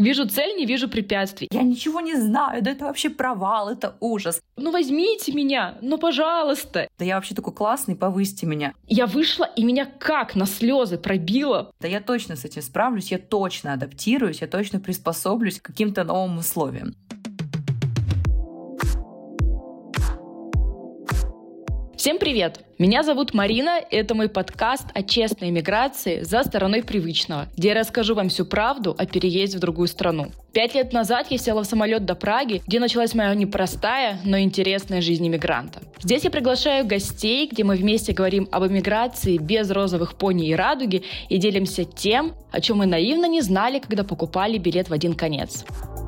Вижу цель, не вижу препятствий. Я ничего не знаю, да это вообще провал, это ужас. Ну возьмите меня, ну пожалуйста. Да я вообще такой классный, повысьте меня. Я вышла, и меня как на слезы пробило. Да я точно с этим справлюсь, я точно адаптируюсь, я точно приспособлюсь к каким-то новым условиям. Всем привет! Меня зовут Марина, это мой подкаст о честной миграции за стороной привычного, где я расскажу вам всю правду о переезде в другую страну. 5 лет назад я села в самолет до Праги, где началась моя непростая, но интересная жизнь иммигранта. Здесь я приглашаю гостей, где мы вместе говорим об эмиграции без розовых пони и радуги и делимся тем, о чем мы наивно не знали, когда покупали билет в один конец.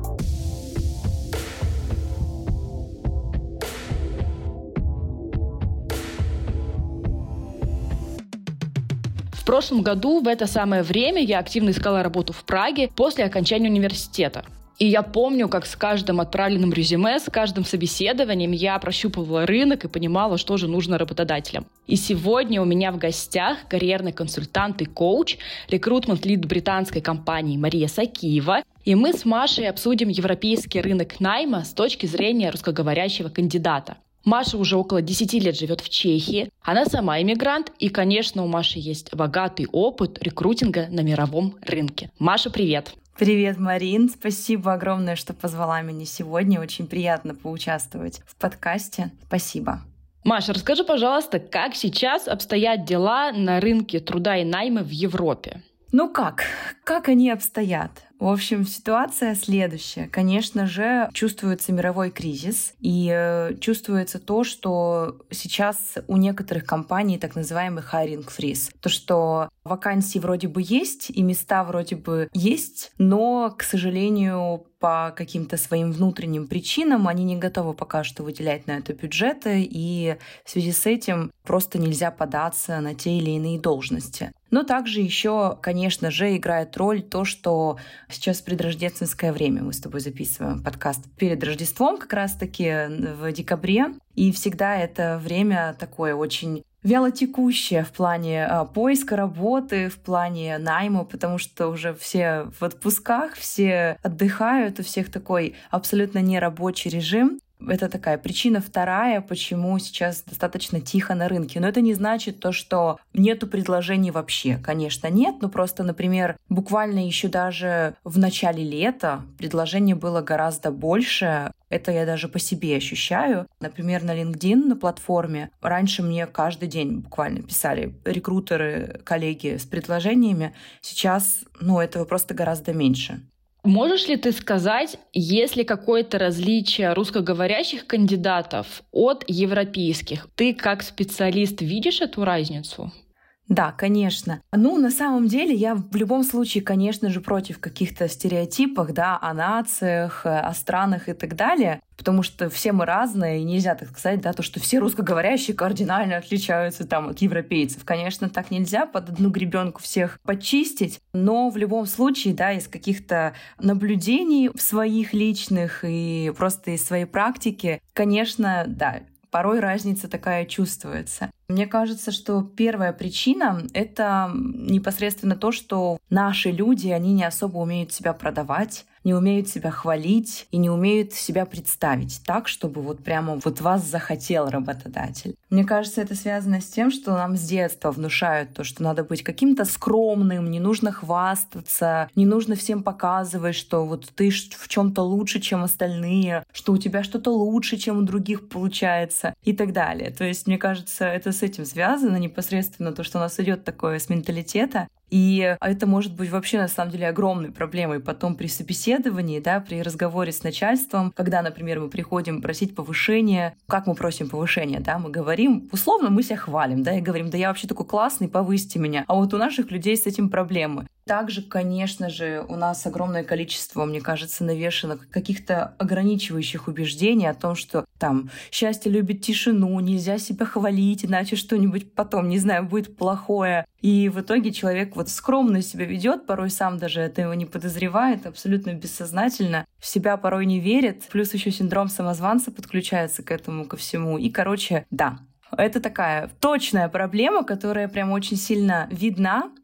В прошлом году в это самое время я активно искала работу в Праге после окончания университета. И я помню, как с каждым отправленным резюме, с каждым собеседованием я прощупывала рынок и понимала, что же нужно работодателям. И сегодня у меня в гостях карьерный консультант и коуч, рекрутмент-лид британской компании Мария Сакиева. И мы с Машей обсудим европейский рынок найма с точки зрения русскоговорящего кандидата. Маша уже около 10 лет живет в Чехии. Она сама иммигрант, и, конечно, у Маши есть богатый опыт рекрутинга на мировом рынке. Маша, привет! Привет, Марин! Спасибо огромное, что позвала меня сегодня. Очень приятно поучаствовать в подкасте. Спасибо. Маша, расскажи, пожалуйста, как сейчас обстоят дела на рынке труда и найма в Европе? Ну как? Как они обстоят? В общем, ситуация следующая. Конечно же, чувствуется мировой кризис, и чувствуется то, что сейчас у некоторых компаний так называемый hiring freeze. То, что вакансии вроде бы есть, и места вроде бы есть, но, к сожалению, по каким-то своим внутренним причинам они не готовы пока что выделять на это бюджеты, и в связи с этим просто нельзя податься на те или иные должности. Но также еще, конечно же, играет роль то, что сейчас предрождественское время. Мы с тобой записываем подкаст перед Рождеством как раз-таки в декабре. И всегда это время такое очень вялотекущее в плане поиска работы, в плане найма, потому что уже все в отпусках, все отдыхают, у всех такой абсолютно нерабочий режим. Это такая причина вторая, почему сейчас достаточно тихо на рынке. Но это не значит то, что нету предложений вообще. Конечно, нет, но просто, например, буквально еще даже в начале лета предложений было гораздо больше. Это я даже по себе ощущаю. Например, на LinkedIn, на платформе, раньше мне каждый день буквально писали рекрутеры, коллеги с предложениями. Сейчас, этого просто гораздо меньше. Можешь ли ты сказать, есть ли какое-то различие русскоговорящих кандидатов от европейских? Ты как специалист видишь эту разницу? Да, конечно. На самом деле я в любом случае, конечно же, против каких-то стереотипов, о нациях, о странах и так далее, потому что все мы разные, и нельзя так сказать, то, что все русскоговорящие кардинально отличаются от европейцев. Конечно, так нельзя под одну гребенку всех почистить, но в любом случае, из каких-то наблюдений своих личных и просто из своей практики, конечно, порой разница такая чувствуется. Мне кажется, что первая причина — это непосредственно то, что наши люди, они не особо умеют себя продавать, не умеют себя хвалить и не умеют себя представить так, чтобы прямо вас захотел работодатель. Мне кажется, это связано с тем, что нам с детства внушают то, что надо быть каким-то скромным, не нужно хвастаться, не нужно всем показывать, что ты в чем-то лучше, чем остальные, что у тебя что-то лучше, чем у других получается и так далее. То есть, мне кажется, это с этим связано непосредственно, то, что у нас идет такое с менталитета. И это может быть вообще на самом деле огромной проблемой потом при собеседовании, при разговоре с начальством, когда, например, мы приходим просить повышения. Как мы просим повышения? Мы говорим, условно мы себя хвалим, и говорим, я вообще такой классный, повысьте меня. А у наших людей с этим проблемы. Также, конечно же, у нас огромное количество, мне кажется, навешано каких-то ограничивающих убеждений о том, что счастье любит тишину, нельзя себя хвалить, иначе что-нибудь потом, будет плохое. И в итоге человек скромно себя ведет, порой сам даже этого не подозревает, абсолютно бессознательно, в себя порой не верит, плюс еще синдром самозванца подключается к этому, ко всему. И, это такая точная проблема, которая прям очень сильно видна.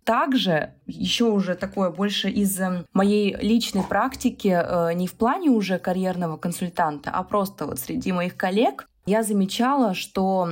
Также еще уже такое больше из моей личной практики, не в плане уже карьерного консультанта, а просто вот среди моих коллег я замечала, что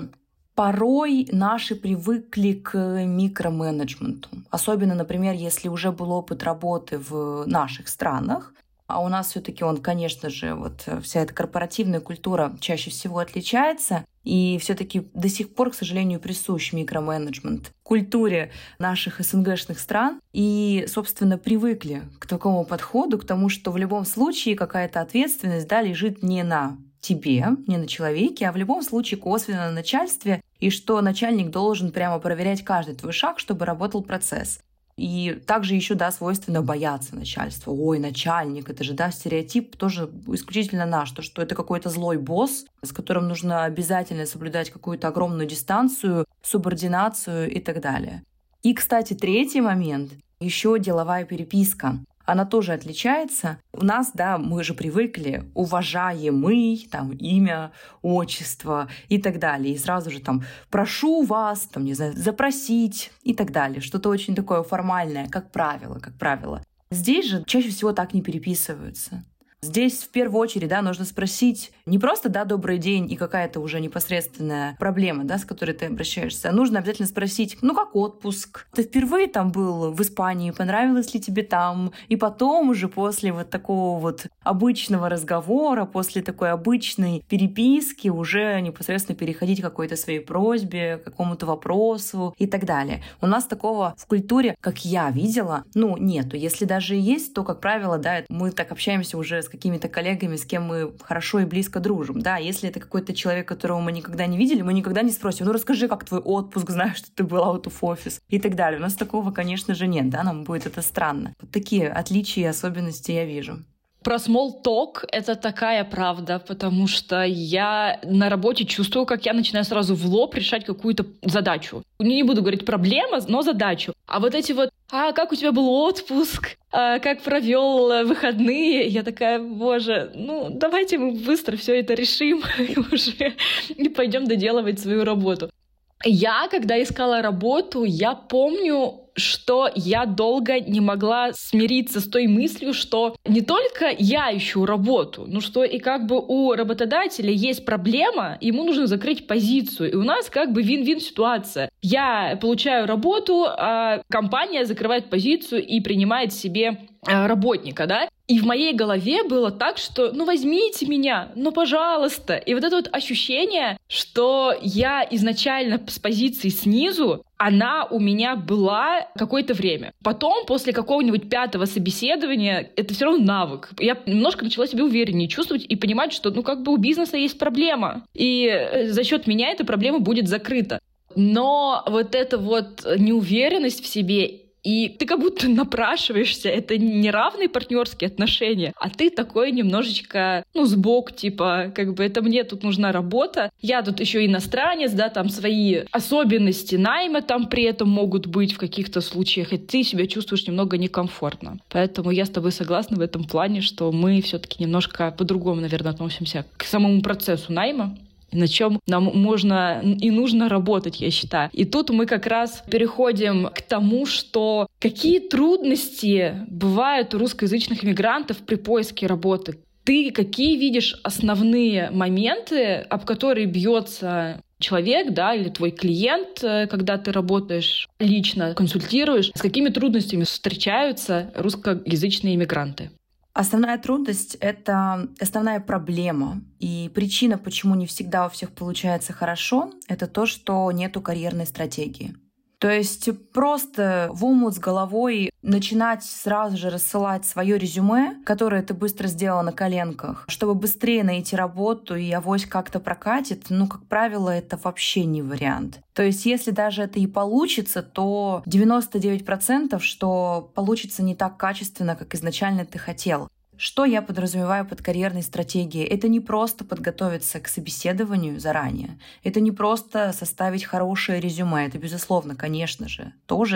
порой наши привыкли к микроменеджменту. Особенно, например, если уже был опыт работы в наших странах, а у нас все-таки он, конечно же, вот вся эта корпоративная культура чаще всего отличается, и все-таки до сих пор, к сожалению, присущ микроменеджмент культуре наших СНГшных стран. И, собственно, привыкли к такому подходу, к тому, что в любом случае какая-то ответственность, да, лежит не на тебе, не на человеке, а в любом случае косвенно на начальстве, и что начальник должен прямо проверять каждый твой шаг, чтобы работал процесс. И также еще, да, свойственно бояться начальства. Ой, начальник, это же, да, стереотип тоже исключительно наш, то, что это какой-то злой босс, с которым нужно обязательно соблюдать какую-то огромную дистанцию, субординацию и так далее. И, кстати, третий момент — еще деловая переписка. Она тоже отличается. У нас, да, мы же привыкли уважаемый, там, имя, отчество и так далее. И сразу же там прошу вас, там, не знаю, запросить и так далее. Что-то очень такое формальное, как правило, как правило. Здесь же чаще всего так не переписываются. Здесь в первую очередь, да, нужно спросить не просто, да, добрый день и какая-то уже непосредственная проблема, да, с которой ты обращаешься, а нужно обязательно спросить, ну как отпуск? Ты впервые там был в Испании, понравилось ли тебе там? И потом уже после вот такого вот обычного разговора, после такой обычной переписки уже непосредственно переходить к какой-то своей просьбе, к какому-то вопросу и так далее. У нас такого в культуре, как я видела, ну, нету. Если даже и есть, то, как правило, да, мы так общаемся уже с какими-то коллегами, с кем мы хорошо и близко дружим. Да, если это какой-то человек, которого мы никогда не видели, мы никогда не спросим, ну расскажи, как твой отпуск, знаешь, что ты был out of office и так далее. У нас такого, конечно же, нет, да, нам будет это странно. Вот такие отличия и особенности я вижу. Про small talk — это такая правда, потому что я на работе чувствую, как я начинаю сразу в лоб решать какую-то задачу. Не буду говорить проблема, но задачу. А вот эти вот как у тебя был отпуск? Как провел выходные? Я такая, боже, ну давайте мы быстро все это решим и пойдем доделывать свою работу. Я, когда искала работу, я помню, что я долго не могла смириться с той мыслью, что не только я ищу работу, но что и как бы у работодателя есть проблема, ему нужно закрыть позицию. И у нас как бы вин-вин ситуация. Я получаю работу, а компания закрывает позицию и принимает себе работника, да? И в моей голове было так, что ну возьмите меня, ну пожалуйста. И вот это вот ощущение, что я изначально с позиции снизу, она у меня была какое-то время. Потом, после какого-нибудь 5-го собеседования, это все равно навык. Я немножко начала себя увереннее чувствовать и понимать, что ну как бы у бизнеса есть проблема. И за счет меня эта проблема будет закрыта. Но вот эта вот неуверенность в себе, и ты как будто напрашиваешься, это не равные партнерские отношения, а ты такой немножечко, ну, сбоку, типа, как бы это мне тут нужна работа, я тут еще иностранец, да, там свои особенности найма там при этом могут быть в каких-то случаях, и ты себя чувствуешь немного некомфортно. Поэтому я с тобой согласна в этом плане, что мы все-таки немножко по-другому, наверное, относимся к самому процессу найма, на чем нам можно и нужно работать, я считаю. И тут мы как раз переходим к тому, что какие трудности бывают у русскоязычных иммигрантов при поиске работы. Ты какие видишь основные моменты, об которые бьется человек, да, или твой клиент, когда ты работаешь лично, консультируешь, с какими трудностями встречаются русскоязычные иммигранты? Основная трудность — это основная проблема. И причина, почему не всегда у всех получается хорошо, это то, что нету карьерной стратегии. То есть просто в омут с головой начинать сразу же рассылать свое резюме, которое ты быстро сделала на коленках, чтобы быстрее найти работу и авось как-то прокатит, ну, как правило, это вообще не вариант. То есть если даже это и получится, то 99%, что получится не так качественно, как изначально ты хотел. Что я подразумеваю под карьерной стратегией? Это не просто подготовиться к собеседованию заранее. Это не просто составить хорошее резюме. Это, безусловно, конечно же, тоже да.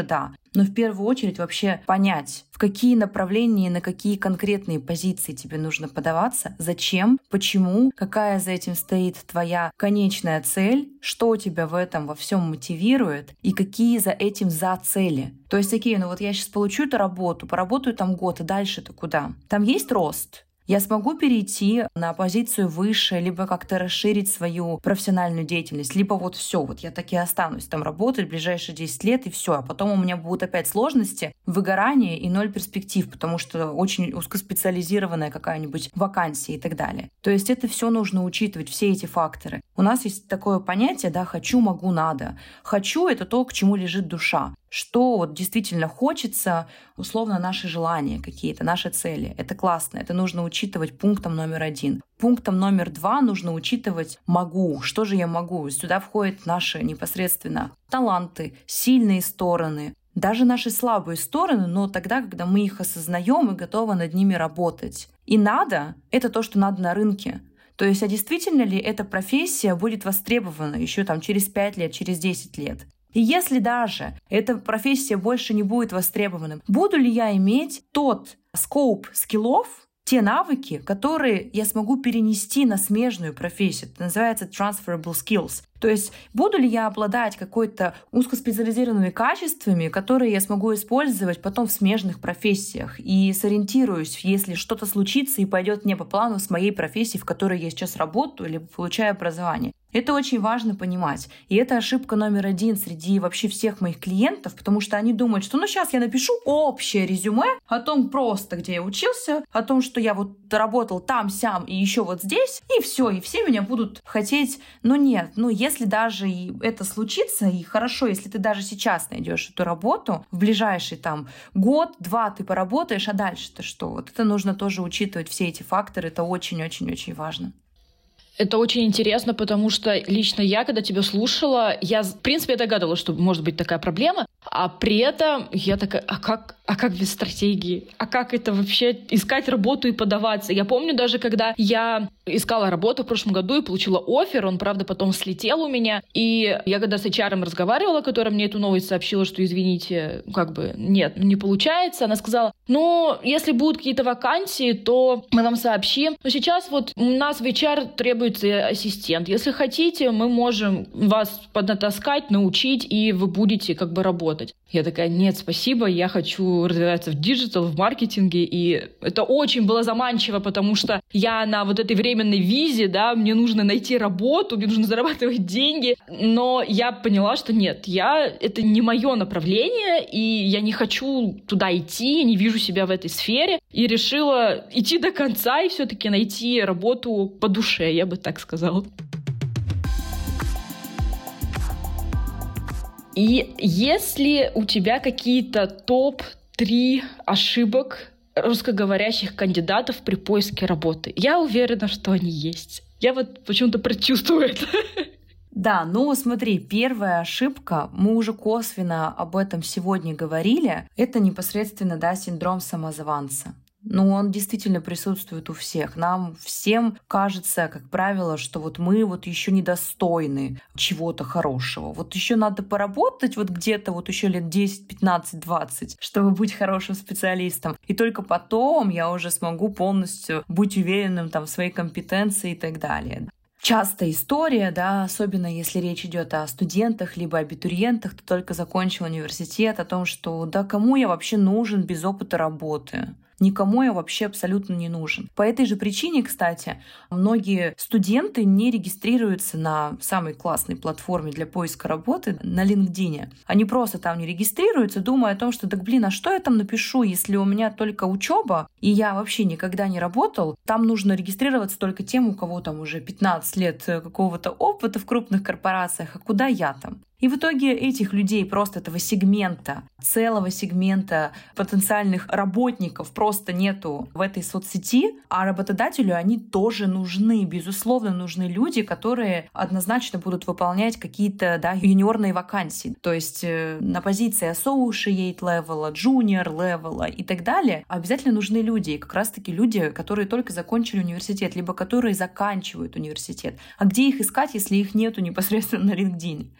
но в первую очередь вообще понять, в какие направления, на какие конкретные позиции тебе нужно подаваться, зачем, почему, какая за этим стоит твоя конечная цель, что тебя в этом во всем мотивирует и какие за этим за цели. То есть такие, вот я сейчас получу эту работу, поработаю там год, и дальше-то куда? Там есть рост? Я смогу перейти на позицию выше, либо как-то расширить свою профессиональную деятельность, либо все, я так и останусь там работать в ближайшие 10 лет, и все. А потом у меня будут опять сложности, выгорание и 0 перспектив, потому что очень узкоспециализированная какая-нибудь вакансия и так далее. То есть это все нужно учитывать, все эти факторы. У нас есть такое понятие, хочу, могу, надо. Хочу — это то, к чему лежит душа. Что действительно хочется, условно, наши желания какие-то, наши цели. Это классно, это нужно учитывать пунктом номер 1. Пунктом номер 2 нужно учитывать «могу». Что же я могу? Сюда входят наши непосредственно таланты, сильные стороны, даже наши слабые стороны, но тогда, когда мы их осознаем и готовы над ними работать. И «надо» — это то, что надо на рынке. То есть, а действительно ли эта профессия будет востребована еще через 5 лет, через 10 лет? И если даже эта профессия больше не будет востребованным, буду ли я иметь тот скоуп скиллов, те навыки, которые я смогу перенести на смежную профессию? Это называется transferable skills. То есть буду ли я обладать какой-то узкоспециализированными качествами, которые я смогу использовать потом в смежных профессиях, и сориентируюсь, если что-то случится и пойдет не по плану с моей профессией, в которой я сейчас работаю или получаю образование. Это очень важно понимать. И это ошибка номер 1 среди вообще всех моих клиентов, потому что они думают, что сейчас я напишу общее резюме о том просто, где я учился, о том, что я работал там, сям и еще здесь, и все, и все меня будут хотеть. Но нет, если даже и это случится, и хорошо, если ты даже сейчас найдешь эту работу, в ближайший год-два ты поработаешь, а дальше-то что? Это нужно тоже учитывать, все эти факторы, это очень-очень-очень важно. Это очень интересно, потому что лично я, когда тебя слушала, я, в принципе, догадывалась, что может быть такая проблема, а при этом я такая, а как без стратегии? А как это вообще искать работу и подаваться? Я помню даже, когда я искала работу в прошлом году и получила оффер, он, правда, потом слетел у меня, и я когда с HR разговаривала, которая мне эту новость сообщила, что, извините, нет, не получается, она сказала, если будут какие-то вакансии, то мы вам сообщим. Но сейчас у нас в HR требуется ассистент. Если хотите, мы можем вас поднатаскать, научить, и вы будете работать. Я такая, нет, спасибо, я хочу развиваться в диджитал, в маркетинге, и это очень было заманчиво, потому что я на этой временной визе, мне нужно найти работу, мне нужно зарабатывать деньги, но я поняла, что нет, это не мое направление, и я не хочу туда идти, не вижу себя в этой сфере, и решила идти до конца и все-таки найти работу по душе, я бы так сказала. И если у тебя какие-то топ-3 ошибок русскоговорящих кандидатов при поиске работы, я уверена, что они есть. Я почему-то предчувствую это. Да, смотри, первая ошибка, мы уже косвенно об этом сегодня говорили, это непосредственно, синдром самозванца. Он действительно присутствует у всех. Нам всем кажется, как правило, что мы еще недостойны чего-то хорошего. Еще надо поработать где-то еще лет 10, 15, 20, чтобы быть хорошим специалистом. И только потом я уже смогу полностью быть уверенным в своей компетенции и так далее. Частая история, особенно если речь идет о студентах либо абитуриентах, кто только закончил университет, о том, что кому я вообще нужен без опыта работы? Никому я вообще абсолютно не нужен. По этой же причине, кстати, многие студенты не регистрируются на самой классной платформе для поиска работы, на LinkedIn. Они просто там не регистрируются, думая о том, что а что я там напишу, если у меня только учеба, и я вообще никогда не работал. Там нужно регистрироваться только тем, у кого уже 15 лет какого-то опыта в крупных корпорациях, а куда я там? И в итоге этих людей, просто этого сегмента, целого сегмента потенциальных работников просто нету в этой соцсети, а работодателю они тоже нужны. Безусловно, нужны люди, которые однозначно будут выполнять какие-то юниорные вакансии. То есть на позиции associate level, junior level и так далее обязательно нужны люди. И как раз-таки люди, которые только закончили университет, либо которые заканчивают университет. А где их искать, если их нету непосредственно на LinkedIn? То есть они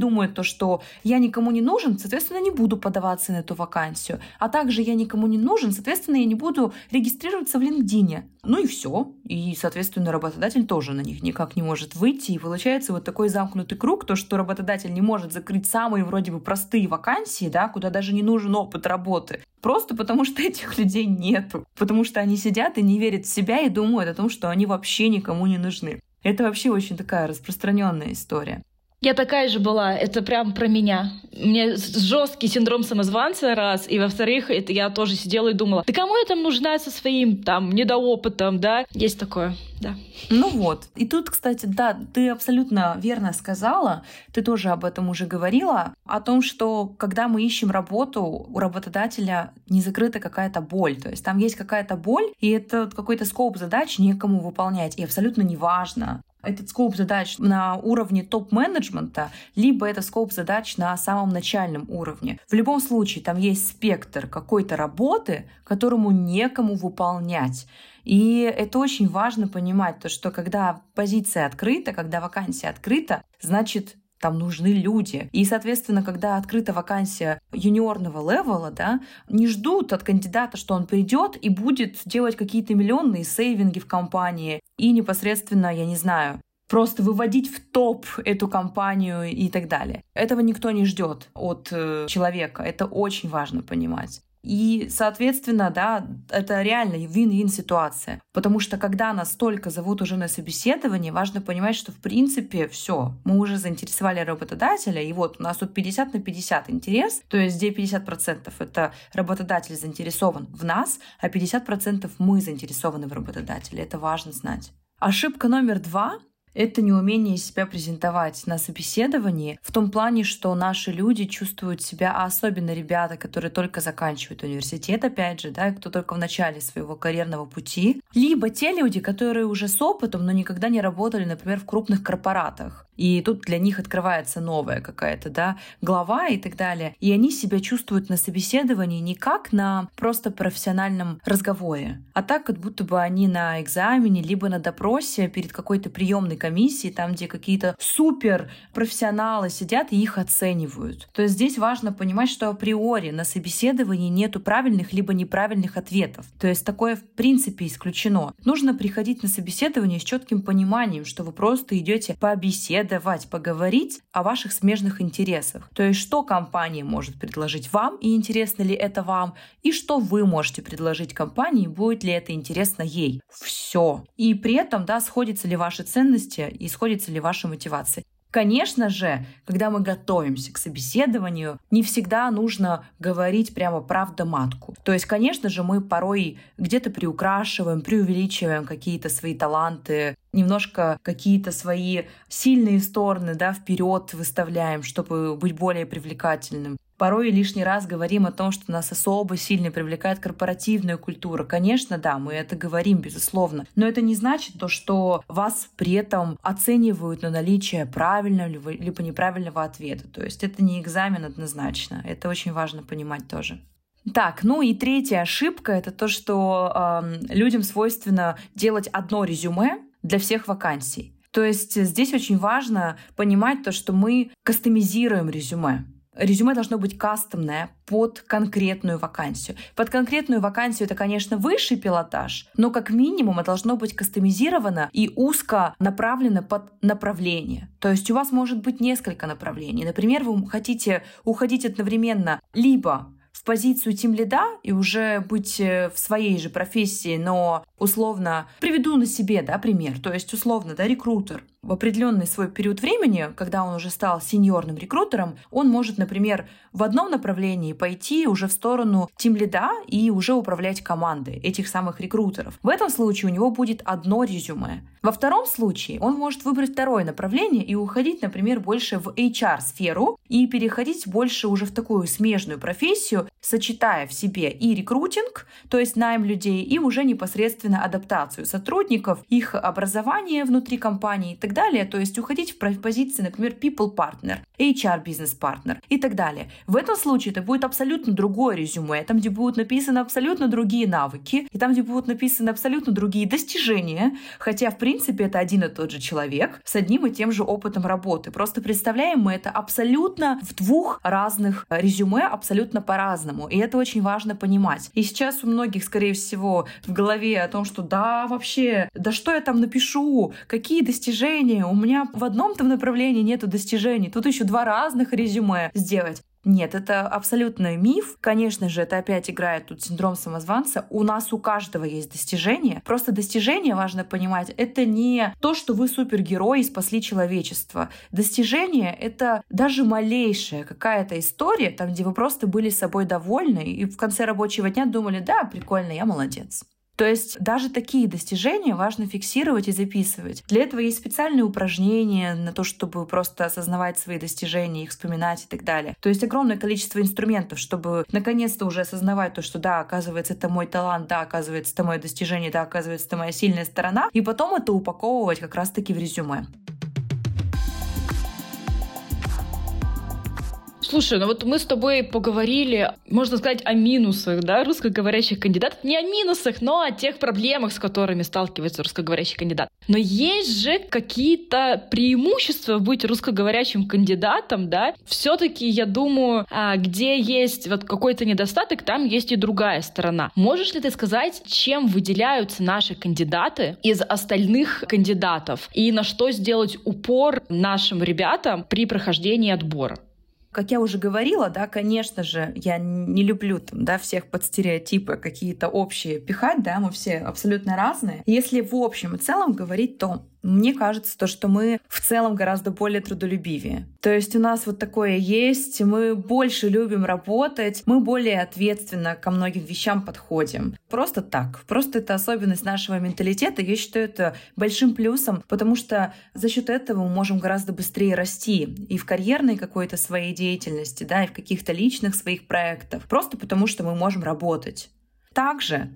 думает то, что я никому не нужен, соответственно, не буду подаваться на эту вакансию. А также я никому не нужен, соответственно, я не буду регистрироваться в LinkedIn. Ну и все. И, соответственно, работодатель тоже на них никак не может выйти. И получается вот такой замкнутый круг, то, что работодатель не может закрыть самые вроде бы простые вакансии, да, куда даже не нужен опыт работы. Просто потому что этих людей нету. Потому что они сидят и не верят в себя и думают о том, что они вообще никому не нужны. Это вообще очень такая распространенная история. Я такая же была, это прям про меня. У меня жесткий синдром самозванца, раз, и во-вторых, это я тоже сидела и думала, да кому я там нужна со своим там недоопытом, да? Есть такое, да. Ну вот. И тут, кстати, да, ты абсолютно верно сказала, ты тоже об этом уже говорила, о том, что когда мы ищем работу, у работодателя не закрыта какая-то боль. То есть там есть какая-то боль, и это какой-то скоп задач некому выполнять. И абсолютно неважно, этот скоп задач на уровне топ-менеджмента, либо это скоп задач на самом начальном уровне. В любом случае, там есть спектр какой-то работы, которому некому выполнять. И это очень важно понимать, то, что когда позиция открыта, когда вакансия открыта, значит, там нужны люди. И, соответственно, когда открыта вакансия юниорного левела, да, не ждут от кандидата, что он придет и будет делать какие-то миллионные сейвинги в компании и непосредственно, я не знаю, просто выводить в топ эту компанию и так далее. Этого никто не ждет от человека. Это очень важно понимать. И, соответственно, да, это реально вин-вин ситуация. Потому что когда нас только зовут уже на собеседование, важно понимать, что в принципе все, мы уже заинтересовали работодателя, и вот у нас тут 50 на 50 интерес, то есть где 50% это работодатель заинтересован в нас, а 50% мы заинтересованы в работодателе. Это важно знать. Ошибка номер 2 — это неумение себя презентовать на собеседовании в том плане, что наши люди чувствуют себя, а особенно ребята, которые только заканчивают университет, опять же, да, кто только в начале своего карьерного пути, либо те люди, которые уже с опытом, но никогда не работали, например, в крупных корпоратах. И тут для них открывается новая какая-то, да, глава и так далее. И они себя чувствуют на собеседовании не как на просто профессиональном разговоре, а так, как будто бы они на экзамене, либо на допросе перед какой-то приемной комиссии, там, где какие-то супер профессионалы сидят и их оценивают. То есть здесь важно понимать, что априори на собеседовании нету правильных либо неправильных ответов. То есть такое в принципе исключено. Нужно приходить на собеседование с четким пониманием, что вы просто идете побеседовать, поговорить о ваших смежных интересах. То есть что компания может предложить вам, и интересно ли это вам, и что вы можете предложить компании, будет ли это интересно ей. Все. И при этом, да, сходятся ли ваши ценности и сходится ли ваша мотивация. Конечно же, когда мы готовимся к собеседованию, не всегда нужно говорить прямо правду матку. То есть, конечно же, мы порой где-то приукрашиваем, преувеличиваем какие-то свои таланты, немножко какие-то свои сильные стороны, да, вперед выставляем, чтобы быть более привлекательным. Порой лишний раз говорим о том, что нас особо сильно привлекает корпоративная культура. Конечно, да, мы это говорим, безусловно. Но это не значит то, что вас при этом оценивают на наличие правильного либо неправильного ответа. То есть это не экзамен однозначно. Это очень важно понимать тоже. Так, ну и третья ошибка — это то, что людям свойственно делать одно резюме для всех вакансий. То есть здесь очень важно понимать то, что мы кастомизируем резюме. Резюме должно быть кастомное под конкретную вакансию. Под конкретную вакансию это, конечно, высший пилотаж, но как минимум это должно быть кастомизировано и узко направлено под направление. То есть у вас может быть несколько направлений. Например, вы хотите уходить одновременно либо в позицию тимлида и уже быть в своей же профессии, но условно приведу на себе, да, пример. То есть условно, да, рекрутер в определенный свой период времени, когда он уже стал сеньорным рекрутером, он может, например, в одном направлении пойти уже в сторону тимлида и уже управлять командой этих самых рекрутеров. В этом случае у него будет одно резюме. Во втором случае он может выбрать второе направление и уходить, например, больше в HR-сферу и переходить больше уже в такую смежную профессию, сочетая в себе и рекрутинг, то есть найм людей, и уже непосредственно адаптацию сотрудников, их образование внутри компании и так далее, то есть уходить в позиции, например, people partner, HR business partner и так далее. В этом случае это будет абсолютно другое резюме, там, где будут написаны абсолютно другие навыки, и там, где будут написаны абсолютно другие достижения, хотя, в принципе, это один и тот же человек с одним и тем же опытом работы. Просто представляем мы это абсолютно в двух разных резюме, абсолютно по-разному. И это очень важно понимать. И сейчас у многих, скорее всего, в голове о том, что да, вообще, да что я там напишу, какие достижения, у меня в одном там направлении нету достижений, тут еще 2 разных резюме сделать. Нет, это абсолютно миф. Конечно же, это опять играет тут синдром самозванца. У нас у каждого есть достижения. Просто достижения, важно понимать, это не то, что вы супергерой и спасли человечество. Достижение — это даже малейшая какая-то история, там, где вы просто были собой довольны и в конце рабочего дня думали: да, прикольно, я молодец. То есть даже такие достижения важно фиксировать и записывать. Для этого есть специальные упражнения на то, чтобы просто осознавать свои достижения, их вспоминать и так далее. То есть огромное количество инструментов, чтобы наконец-то уже осознавать то, что да, оказывается, это мой талант, да, оказывается, это мое достижение, да, оказывается, это моя сильная сторона, и потом это упаковывать как раз-таки в резюме. Слушай, ну вот мы с тобой поговорили, можно сказать, о минусах, да, русскоговорящих кандидатов. Не о минусах, но о тех проблемах, с которыми сталкивается русскоговорящий кандидат. Но есть же какие-то преимущества быть русскоговорящим кандидатом, да? Все-таки, я думаю, где есть вот какой-то недостаток, там есть и другая сторона. Можешь ли ты сказать, чем выделяются наши кандидаты из остальных кандидатов? И на что сделать упор нашим ребятам при прохождении отбора? Как я уже говорила, да, конечно же, я не люблю там, да, всех под стереотипы какие-то общие пихать, да, мы все абсолютно разные. Если в общем и целом говорить, то мне кажется, то, что мы в целом гораздо более трудолюбивее. То есть у нас вот такое есть, мы больше любим работать, мы более ответственно ко многим вещам подходим. Просто так. Просто это особенность нашего менталитета. Я считаю это большим плюсом, потому что за счет этого мы можем гораздо быстрее расти и в карьерной какой-то своей деятельности, да, и в каких-то личных своих проектах. Просто потому что мы можем работать. Также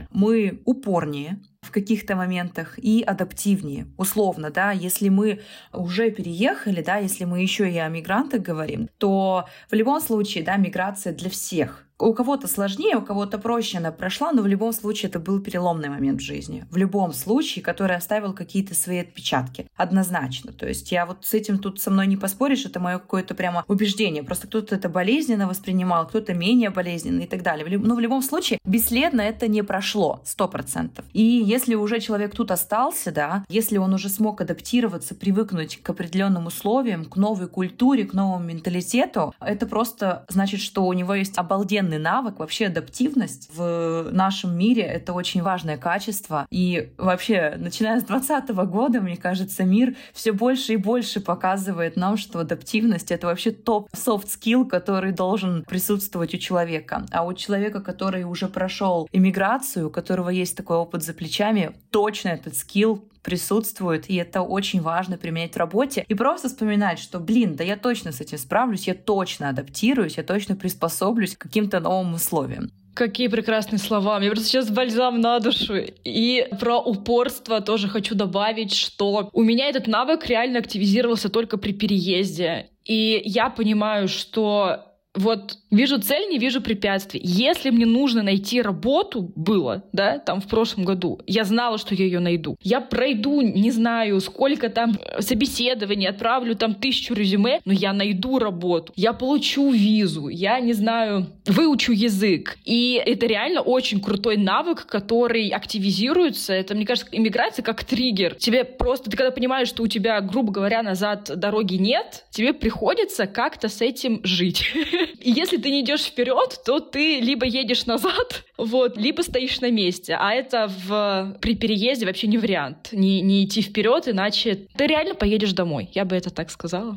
мы упорнее в каких-то моментах и адаптивнее. Условно, да, если мы уже переехали, да, если мы еще и о мигрантах говорим, то в любом случае, да, миграция для всех. У кого-то сложнее, у кого-то проще она прошла, но в любом случае это был переломный момент в жизни. В любом случае, который оставил какие-то свои отпечатки. Однозначно. То есть я вот с этим тут со мной не поспоришь, это мое какое-то прямо убеждение. Просто кто-то это болезненно воспринимал, кто-то менее болезненно и так далее. Но в любом случае бесследно это не прошло 100%. И если уже человек тут остался, да, если он уже смог адаптироваться, привыкнуть к определенным условиям, к новой культуре, к новому менталитету, это просто значит, что у него есть обалденный навык, вообще адаптивность в нашем мире — это очень важное качество. И вообще, начиная с 2020 года, мне кажется, мир все больше и больше показывает нам, что адаптивность — это вообще топ soft skill, который должен присутствовать у человека. А у человека, который уже прошел иммиграцию, у которого есть такой опыт за плечами, точно этот скилл присутствует, и это очень важно применять в работе. И просто вспоминать, что, да я точно с этим справлюсь, я точно адаптируюсь, я точно приспособлюсь к каким-то новым условиям. Какие прекрасные слова. Мне просто сейчас бальзам на душу. И про упорство тоже хочу добавить, что у меня этот навык реально активизировался только при переезде. И я понимаю, что вот вижу цель, не вижу препятствий. Если мне нужно найти работу, было, да, там в прошлом году, я знала, что я ее найду. Я пройду, не знаю, сколько там собеседований, отправлю там 1000 резюме, но я найду работу. Я получу визу, я, не знаю, выучу язык. И это реально очень крутой навык, который активизируется. Это, мне кажется, иммиграция как триггер. Тебе просто, ты когда понимаешь, что у тебя, грубо говоря, назад дороги нет, тебе приходится как-то с этим жить. И если ты не идешь вперед, то ты либо едешь назад, вот, либо стоишь на месте. А это при переезде вообще не вариант. Не идти вперед, иначе ты реально поедешь домой. Я бы это так сказала.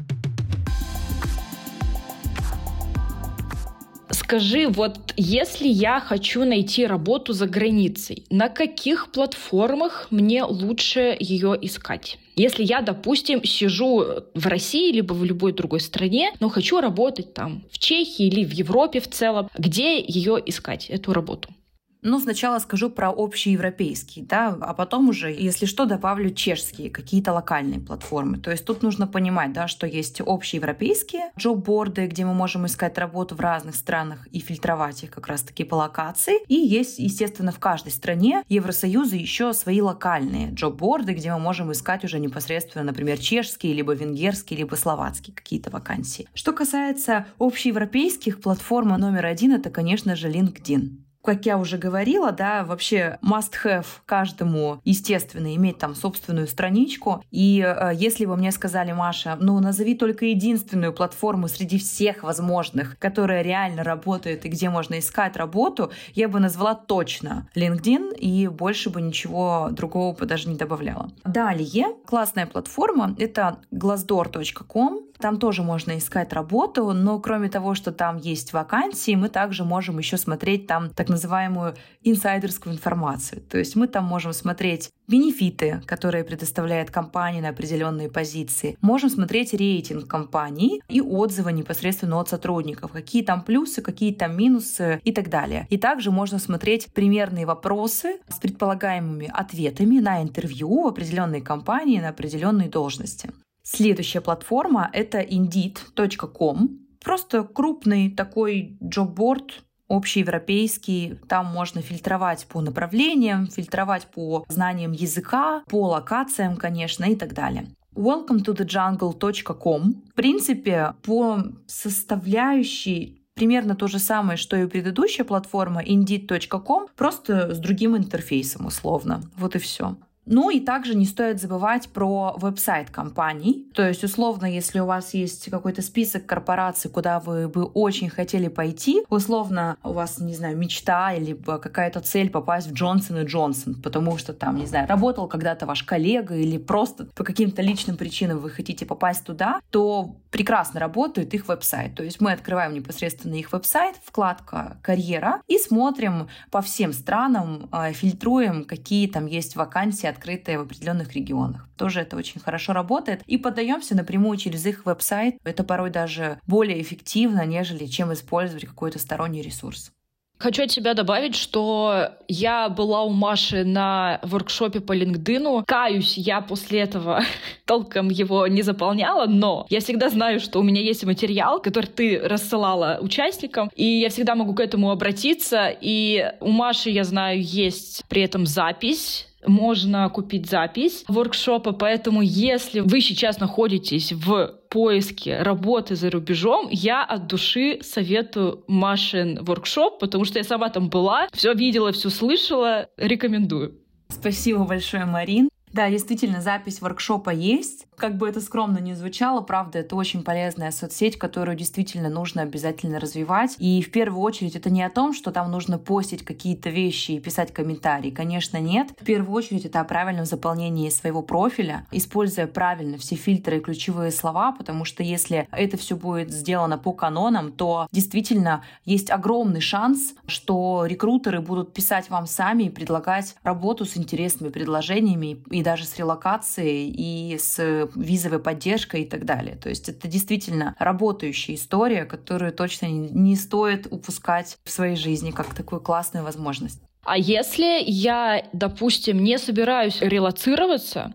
Скажи, вот если я хочу найти работу за границей, на каких платформах мне лучше ее искать? Если я, допустим, сижу в России либо в любой другой стране, но хочу работать там в Чехии или в Европе в целом, где ее искать, эту работу? Ну, сначала скажу про общеевропейские, да, а потом уже, если что, добавлю чешские, какие-то локальные платформы. То есть тут нужно понимать, да, что есть общеевропейские джоб-борды, где мы можем искать работу в разных странах и фильтровать их как раз-таки по локации. И есть, естественно, в каждой стране Евросоюза еще свои локальные джоб-борды, где мы можем искать уже непосредственно, например, чешские, либо венгерские, либо словацкие какие-то вакансии. Что касается общеевропейских, платформа номер 1 — это, конечно же, LinkedIn. Как я уже говорила, да, вообще must-have каждому, естественно, иметь там собственную страничку. И если бы мне сказали: Маша, ну назови только единственную платформу среди всех возможных, которая реально работает и где можно искать работу, я бы назвала точно LinkedIn и больше бы ничего другого бы даже не добавляла. Далее, классная платформа — это glassdoor.com. Там тоже можно искать работу, но кроме того, что там есть вакансии, мы также можем еще смотреть там так называемую инсайдерскую информацию. То есть мы там можем смотреть бенефиты, которые предоставляет компания на определенные позиции. Можем смотреть рейтинг компании и отзывы непосредственно от сотрудников. Какие там плюсы, какие там минусы и так далее. И также можно смотреть примерные вопросы с предполагаемыми ответами на интервью в определенной компании на определенной должности. Следующая платформа — это Indeed.com. Просто крупный такой джоб-борд, общеевропейский. Там можно фильтровать по направлениям, фильтровать по знаниям языка, по локациям, конечно, и так далее. welcometothejungle.com. В принципе, по составляющей примерно то же самое, что и предыдущая платформа Indeed.com, просто с другим интерфейсом условно. Вот и все. Ну и также не стоит забывать про веб-сайт компаний. То есть, условно, если у вас есть какой-то список корпораций, куда вы бы очень хотели пойти, условно, у вас, не знаю, мечта или какая-то цель попасть в Джонсон & Джонсон, потому что там, не знаю, работал когда-то ваш коллега или просто по каким-то личным причинам вы хотите попасть туда, то прекрасно работает их веб-сайт. То есть мы открываем непосредственно их веб-сайт, вкладка «Карьера» и смотрим по всем странам, фильтруем, какие там есть вакансии, открытые в определенных регионах. Тоже это очень хорошо работает. И подаемся напрямую через их веб-сайт. Это порой даже более эффективно, нежели чем использовать какой-то сторонний ресурс. Хочу от себя добавить, что я была у Маши на воркшопе по LinkedIn. Каюсь, я после этого толком его не заполняла, но я всегда знаю, что у меня есть материал, который ты рассылала участникам, и я всегда могу к этому обратиться. И у Маши, я знаю, есть при этом запись. Можно купить запись воркшопа, поэтому если вы сейчас находитесь в поиске работы за рубежом, я от души советую Машин воркшоп, потому что я сама там была, все видела, все слышала, рекомендую. Спасибо большое, Марин. Да, действительно, запись воркшопа есть. Как бы это скромно ни звучало, правда, это очень полезная соцсеть, которую действительно нужно обязательно развивать. И в первую очередь это не о том, что там нужно постить какие-то вещи и писать комментарии. Конечно, нет. В первую очередь это о правильном заполнении своего профиля, используя правильно все фильтры и ключевые слова, потому что если это все будет сделано по канонам, то действительно есть огромный шанс, что рекрутеры будут писать вам сами и предлагать работу с интересными предложениями и даже с релокацией, и с визовой поддержкой и так далее. То есть это действительно работающая история, которую точно не стоит упускать в своей жизни как такую классную возможность. А если я, допустим, не собираюсь релоцироваться,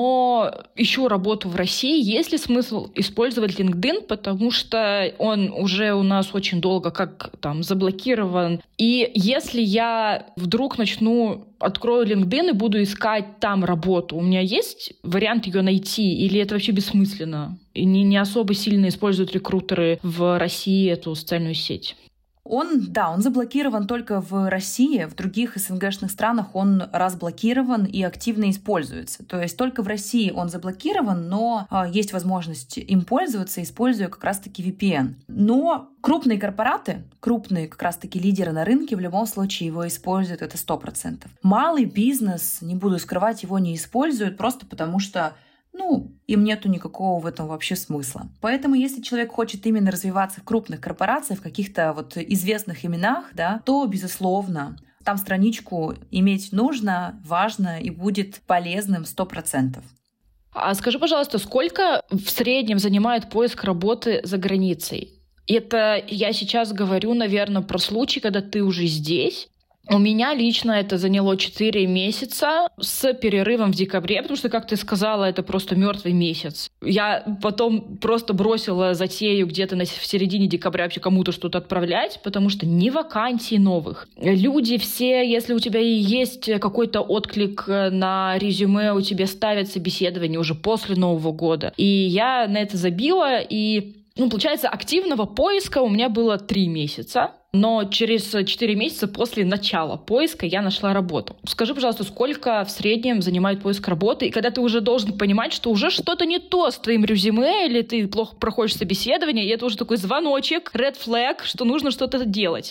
но ищу работу в России, есть ли смысл использовать LinkedIn, потому что он уже у нас очень долго как там заблокирован. И если я вдруг открою LinkedIn и буду искать там работу, у меня есть вариант ее найти, или это вообще бессмысленно? И не особо сильно используют рекрутеры в России эту социальную сеть? Он заблокирован только в России, в других СНГ-шных странах он разблокирован и активно используется. То есть только в России он заблокирован, но есть возможность им пользоваться, используя как раз-таки VPN. Но крупные корпораты, крупные как раз-таки лидеры на рынке в любом случае его используют, это 100%. Малый бизнес, не буду скрывать, его не используют просто потому что им нету никакого в этом вообще смысла. Поэтому, если человек хочет именно развиваться в крупных корпорациях, в каких-то известных именах, да, то, безусловно, там страничку иметь нужно, важно и будет полезным 100%. А скажи, пожалуйста, сколько в среднем занимает поиск работы за границей? Это я сейчас говорю, наверное, про случай, когда ты уже здесь. У меня лично это заняло 4 месяца с перерывом в декабре, потому что, как ты сказала, это просто мертвый месяц. Я потом просто бросила затею где-то в середине декабря вообще кому-то что-то отправлять, потому что ни вакансий новых. Люди все, если у тебя и есть какой-то отклик на резюме, у тебя ставят собеседование уже после Нового года. И я на это забила, и получается, активного поиска у меня было 3 месяца, но через 4 месяца после начала поиска я нашла работу. Скажи, пожалуйста, сколько в среднем занимает поиск работы, и когда ты уже должен понимать, что уже что-то не то с твоим резюме, или ты плохо проходишь собеседование, и это уже такой звоночек, red flag, что нужно что-то делать.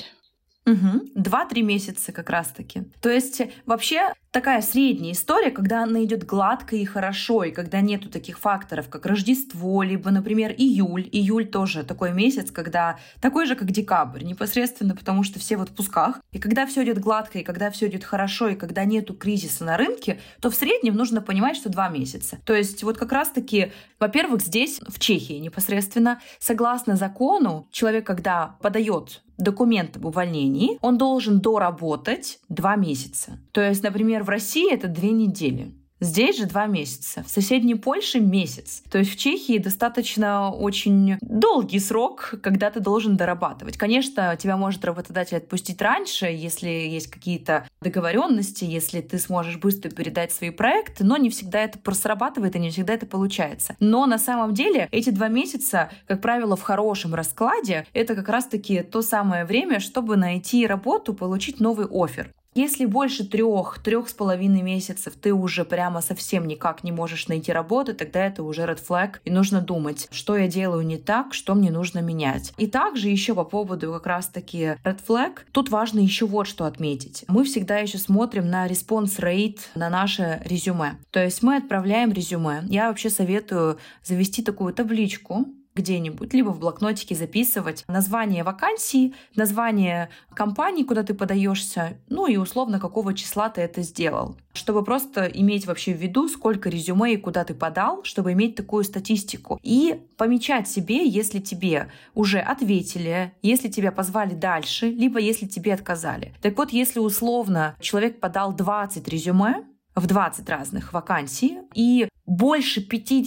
2-3 месяца как раз-таки. То есть вообще такая средняя история, когда она идет гладко и хорошо, и когда нету таких факторов, как Рождество, либо, например, июль. Июль тоже такой месяц, когда такой же, как декабрь, непосредственно потому что все в отпусках. И когда все идет гладко, и когда все идет хорошо, и когда нету кризиса на рынке, то в среднем нужно понимать, что 2 месяца. То есть вот как раз-таки, во-первых, здесь, в Чехии непосредственно, согласно закону, человек, когда подает документ об увольнении, он должен доработать 2 месяца. То есть, например, в России это 2 недели. Здесь же 2 месяца. В соседней Польше месяц. То есть в Чехии достаточно очень долгий срок, когда ты должен дорабатывать. Конечно, тебя может работодатель отпустить раньше, если есть какие-то договоренности, если ты сможешь быстро передать свои проекты, но не всегда это срабатывает и не всегда это получается. Но на самом деле эти 2 месяца, как правило, в хорошем раскладе, это как раз-таки то самое время, чтобы найти работу, получить новый оффер. Если больше 3-3,5 месяцев ты уже прямо совсем никак не можешь найти работу, тогда это уже red flag, и нужно думать, что я делаю не так, что мне нужно менять. И также еще по поводу как раз-таки red flag, тут важно еще вот что отметить. Мы всегда еще смотрим на response rate на наше резюме. То есть мы отправляем резюме. Я вообще советую завести такую табличку где-нибудь, либо в блокнотике записывать название вакансии, название компании, куда ты подаешься, и условно какого числа ты это сделал. Чтобы просто иметь вообще в виду, сколько резюме и куда ты подал, чтобы иметь такую статистику. И помечать себе, если тебе уже ответили, если тебя позвали дальше, либо если тебе отказали. Так вот, если условно человек подал 20 резюме, в 20 разных вакансий, и больше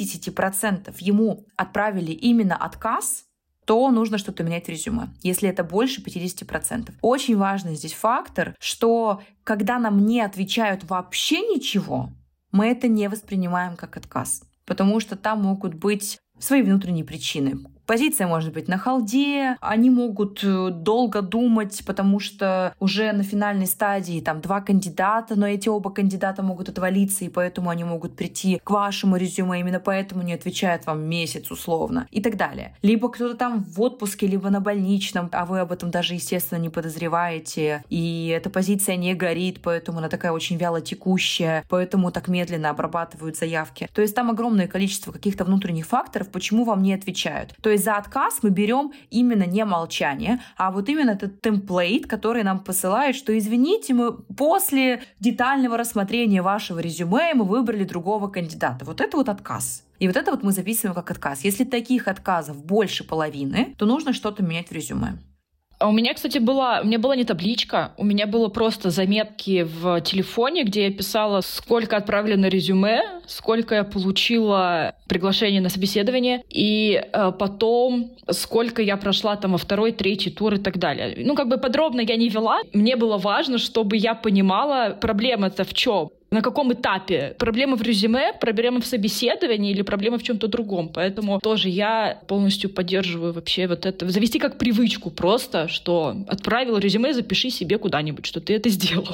50% ему отправили именно отказ, то нужно что-то менять в резюме, если это больше 50%. Очень важный здесь фактор, что когда нам не отвечают вообще ничего, мы это не воспринимаем как отказ, потому что там могут быть свои внутренние причины. Позиция может быть на холде, они могут долго думать, потому что уже на финальной стадии там 2 кандидата, но эти оба кандидата могут отвалиться, и поэтому они могут прийти к вашему резюме, именно поэтому не отвечают вам месяц условно и так далее. Либо кто-то там в отпуске, либо на больничном, а вы об этом даже, естественно, не подозреваете, и эта позиция не горит, поэтому она такая очень вяло текущая, поэтому так медленно обрабатывают заявки. То есть там огромное количество каких-то внутренних факторов, почему вам не отвечают. То есть за отказ мы берем именно не молчание, а вот именно этот темплейт, который нам посылает, что, извините, мы после детального рассмотрения вашего резюме мы выбрали другого кандидата. Вот это вот отказ. И вот это вот мы записываем как отказ. Если таких отказов больше половины, то нужно что-то менять в резюме. А у меня, кстати, была не табличка, у меня было просто заметки в телефоне, где я писала, сколько отправлено резюме, сколько я получила приглашение на собеседование, и потом сколько я прошла там во 2-й, 3-й тур и так далее. Подробно я не вела. Мне было важно, чтобы я понимала, проблема-то в чем. На каком этапе? Проблема в резюме, проблема в собеседовании или проблема в чем-то другом? Поэтому тоже я полностью поддерживаю вообще вот это. Завести как привычку просто, что отправил резюме, запиши себе куда-нибудь, что ты это сделал.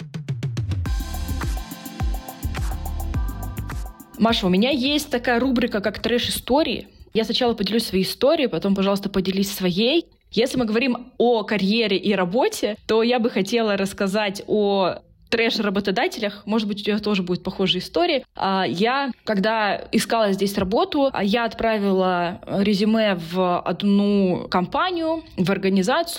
Маша, у меня есть такая рубрика, как трэш-истории. Я сначала поделюсь своей историей, потом, пожалуйста, поделись своей. Если мы говорим о карьере и работе, то я бы хотела рассказать о трэш-работодателях. Может быть, у тебя тоже будет похожая история. Я, когда искала здесь работу, я отправила резюме в одну компанию, в организацию.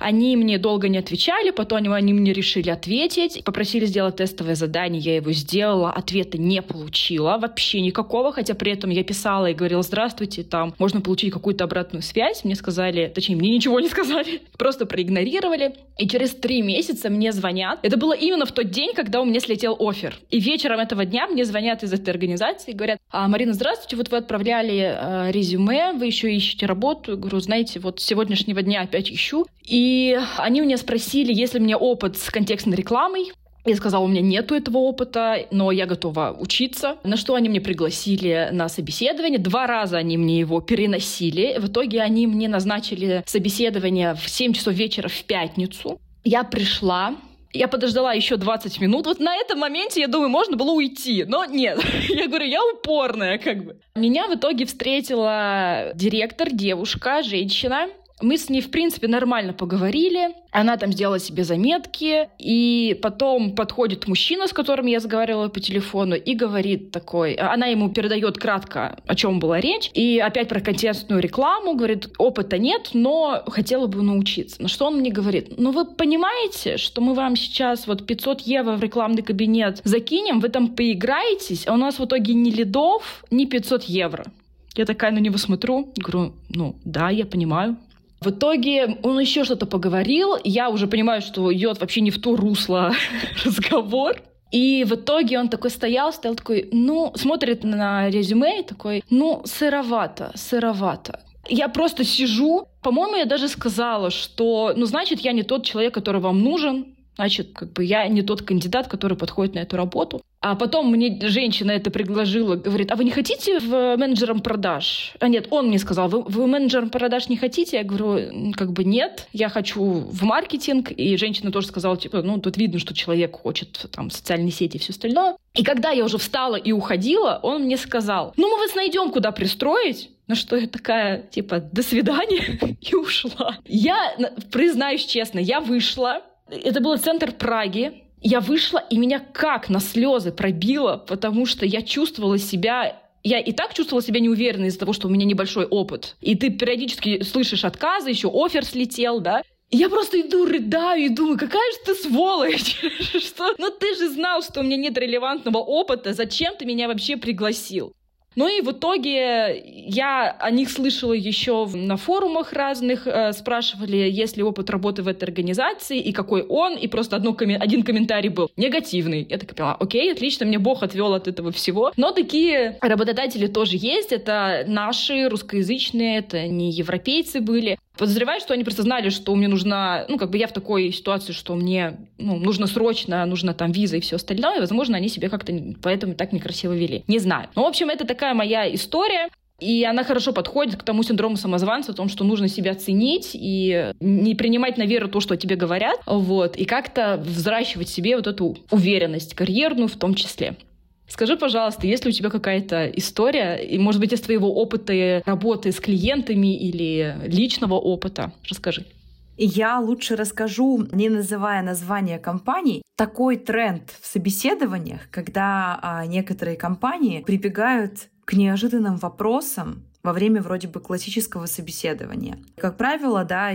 Они мне долго не отвечали, потом они мне решили ответить, попросили сделать тестовое задание, я его сделала, ответа не получила, вообще никакого, хотя при этом я писала и говорила: здравствуйте, там можно получить какую-то обратную связь. Мне сказали, точнее, мне ничего не сказали, просто проигнорировали. И через 3 месяца мне звонят. Это было именно в тот день, когда у меня слетел оффер. И вечером этого дня мне звонят из этой организации и говорят: Марина, здравствуйте, вот вы отправляли резюме, вы еще ищете работу. Я говорю: знаете, вот с сегодняшнего дня опять ищу. И они меня спросили, есть ли у меня опыт с контекстной рекламой. Я сказала: у меня нету этого опыта, но я готова учиться. На что они меня пригласили на собеседование. 2 раза они мне его переносили. В итоге они мне назначили собеседование в 7 часов вечера в пятницу. Я пришла. Я подождала еще 20 минут. Вот на этом моменте, я думаю, можно было уйти. Но нет. Я говорю, я упорная как бы. Меня в итоге встретила директор, девушка, женщина. Мы с ней, в принципе, нормально поговорили. Она там сделала себе заметки. И потом подходит мужчина, с которым я разговаривала по телефону, и говорит такой... Она ему передает кратко, о чем была речь. И опять про контекстную рекламу. Говорит, опыта нет, но хотела бы научиться. На что он мне говорит: ну вы понимаете, что мы вам сейчас вот 500 евро в рекламный кабинет закинем, вы там поиграетесь, а у нас в итоге ни лидов, ни 500 евро. Я такая на него смотрю, говорю: ну да, я понимаю. В итоге он еще что-то поговорил, я уже понимаю, что идет вообще не в то русло разговор. И в итоге он такой стоял такой, ну, смотрит на резюме и такой: ну, сыровато. Я просто сижу. По-моему, я даже сказала, что, ну, значит, я не тот человек, который вам нужен. Значит, как бы я не тот кандидат, который подходит на эту работу. А потом мне женщина это предложила, говорит: а вы не хотите в менеджером продаж? А нет, он мне сказал: вы менеджером продаж не хотите? Я говорю, как бы нет, я хочу в маркетинг. И женщина тоже сказала, типа, ну, тут видно, что человек хочет там социальные сети и все остальное. И когда я уже встала и уходила, он мне сказал: ну, мы вас найдем, куда пристроить. На что я такая, типа, до свидания, и ушла. Я, признаюсь честно, я вышла. Это был центр Праги. Я вышла, и меня как на слезы пробило, потому что я чувствовала себя... Я и так чувствовала себя неуверенно из-за того, что у меня небольшой опыт. И ты периодически слышишь отказы, еще оффер слетел, да? И я просто иду, рыдаю и думаю: какая же ты сволочь! Что? Ну ты же знал, что у меня нет релевантного опыта. Зачем ты меня вообще пригласил? Ну и в итоге я о них слышала еще на форумах разных, спрашивали, есть ли опыт работы в этой организации и какой он, и просто один комментарий был негативный. Я такая поняла: окей, отлично, мне Бог отвел от этого всего. Но такие работодатели тоже есть, это наши, русскоязычные, это не европейцы были. Подозреваю, что они просто знали, что мне нужна, ну, как бы я в такой ситуации, что мне, ну, нужно срочно, нужна там виза и все остальное, и, возможно, они себя как-то поэтому так некрасиво вели. Не знаю. Ну, в общем, это такая моя история, и она хорошо подходит к тому синдрому самозванца, о том, что нужно себя ценить и не принимать на веру то, что о тебе говорят, вот, и как-то взращивать в себе вот эту уверенность, карьерную в том числе. Скажи, пожалуйста, есть ли у тебя какая-то история, и, может быть, из твоего опыта работы с клиентами или личного опыта? Расскажи. Я лучше расскажу, не называя название компаний. Такой тренд в собеседованиях, когда некоторые компании прибегают к неожиданным вопросам во время вроде бы классического собеседования. Как правило, да,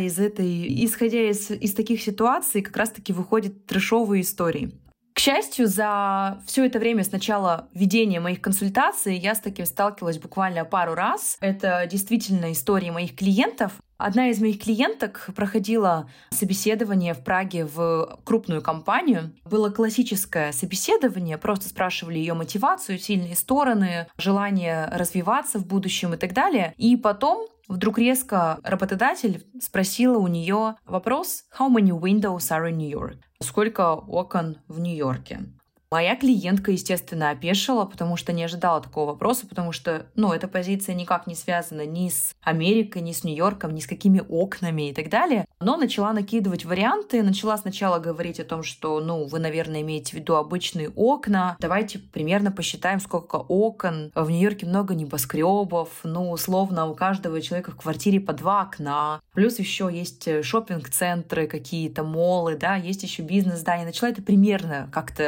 исходя из таких ситуаций, как раз-таки выходят трэшовые истории. К счастью, за все это время с начала ведения моих консультаций я с таким сталкивалась буквально пару раз. Это действительно истории моих клиентов. Одна из моих клиенток проходила собеседование в Праге в крупную компанию. Было классическое собеседование, просто спрашивали ее мотивацию, сильные стороны, желание развиваться в будущем и так далее. И потом вдруг резко работодатель спросил у нее вопрос: «How many windows are in New York?» Сколько окон в Нью-Йорке? Моя клиентка, естественно, опешила, потому что не ожидала такого вопроса, потому что, эта позиция никак не связана ни с Америкой, ни с Нью-Йорком, ни с какими окнами и так далее. Но начала накидывать варианты, начала сначала говорить о том, что, вы, наверное, имеете в виду обычные окна. Давайте примерно посчитаем, сколько окон. В Нью-Йорке много небоскребов, условно, у каждого человека в квартире по 2 окна. Плюс еще есть шопинг-центры, какие-то моллы, да, есть еще бизнес-здания. Начала это примерно как-то рассчитывать.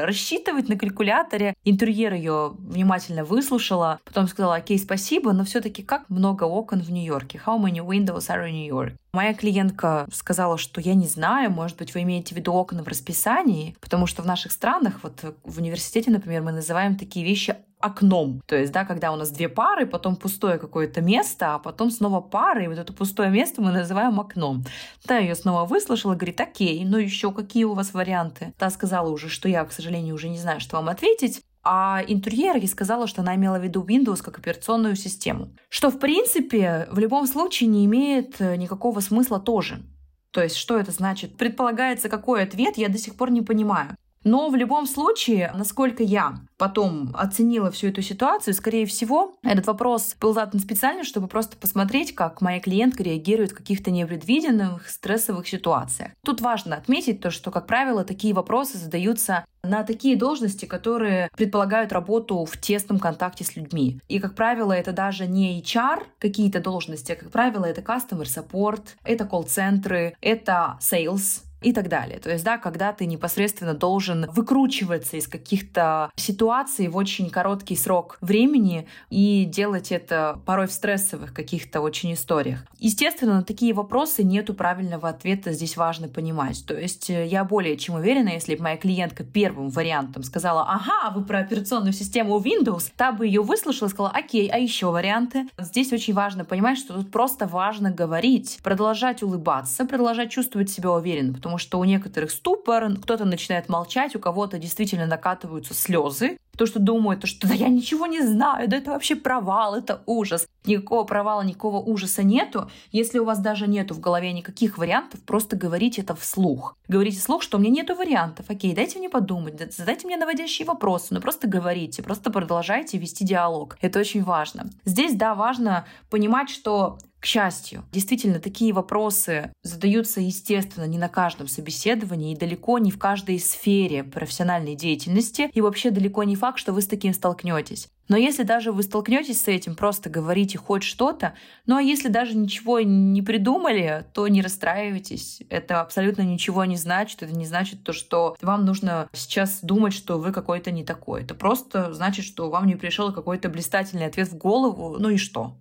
высчитывать на калькуляторе. Интерьер ее внимательно выслушала, потом сказала: окей, спасибо, но все-таки как много окон в Нью-Йорке? How many windows are in New York? Моя клиентка сказала, что я не знаю, может быть, вы имеете в виду окна в расписании, потому что в наших странах, вот в университете, например, мы называем такие вещи окном. То есть, да, когда у нас 2 пары, потом пустое какое-то место, а потом снова пары, и вот это пустое место мы называем окном. Та ее снова выслушала, говорит: окей, ну еще какие у вас варианты? Та сказала уже, что я, к сожалению, уже не знаю, что вам ответить. А интерьер ей сказала, что она имела в виду Windows как операционную систему. Что, в принципе, в любом случае не имеет никакого смысла тоже. То есть, что это значит? Предполагается, какой ответ, я до сих пор не понимаю. Но в любом случае, насколько я потом оценила всю эту ситуацию, скорее всего, этот вопрос был задан специально, чтобы просто посмотреть, как моя клиентка реагирует в каких-то непредвиденных стрессовых ситуациях. Тут важно отметить то, что, как правило, такие вопросы задаются на такие должности, которые предполагают работу в тесном контакте с людьми. И, как правило, это даже не HR какие-то должности, а, как правило, это customer support, это колл-центры, это sales и так далее. То есть, да, когда ты непосредственно должен выкручиваться из каких-то ситуаций в очень короткий срок времени и делать это порой в стрессовых каких-то очень историях. Естественно, на такие вопросы нету правильного ответа, здесь важно понимать. То есть я более чем уверена, если бы моя клиентка первым вариантом сказала: ага, вы про операционную систему Windows, та бы ее выслушала и сказала: окей, а еще варианты? Здесь очень важно понимать, что тут просто важно говорить, продолжать улыбаться, продолжать чувствовать себя уверенно, потому что у некоторых ступор, кто-то начинает молчать, у кого-то действительно накатываются слезы, то, что думают, что да я ничего не знаю, да это вообще провал, это ужас. Никакого провала, никакого ужаса нету. Если у вас даже нету в голове никаких вариантов, просто говорите это вслух. Говорите вслух, что у меня нету вариантов. Окей, дайте мне подумать, задайте мне наводящие вопросы, но просто говорите, просто продолжайте вести диалог. Это очень важно. Здесь, да, важно понимать, что, к счастью, действительно, такие вопросы задаются, естественно, не на каждом собеседовании и далеко не в каждой сфере профессиональной деятельности, и вообще далеко не факт, что вы с таким столкнетесь. Но если даже вы столкнетесь с этим, просто говорите хоть что-то. Ну а если даже ничего не придумали, то не расстраивайтесь. Это абсолютно ничего не значит. Это не значит то, что вам нужно сейчас думать, что вы какой-то не такой. Это просто значит, что вам не пришел какой-то блистательный ответ в голову. Ну и что?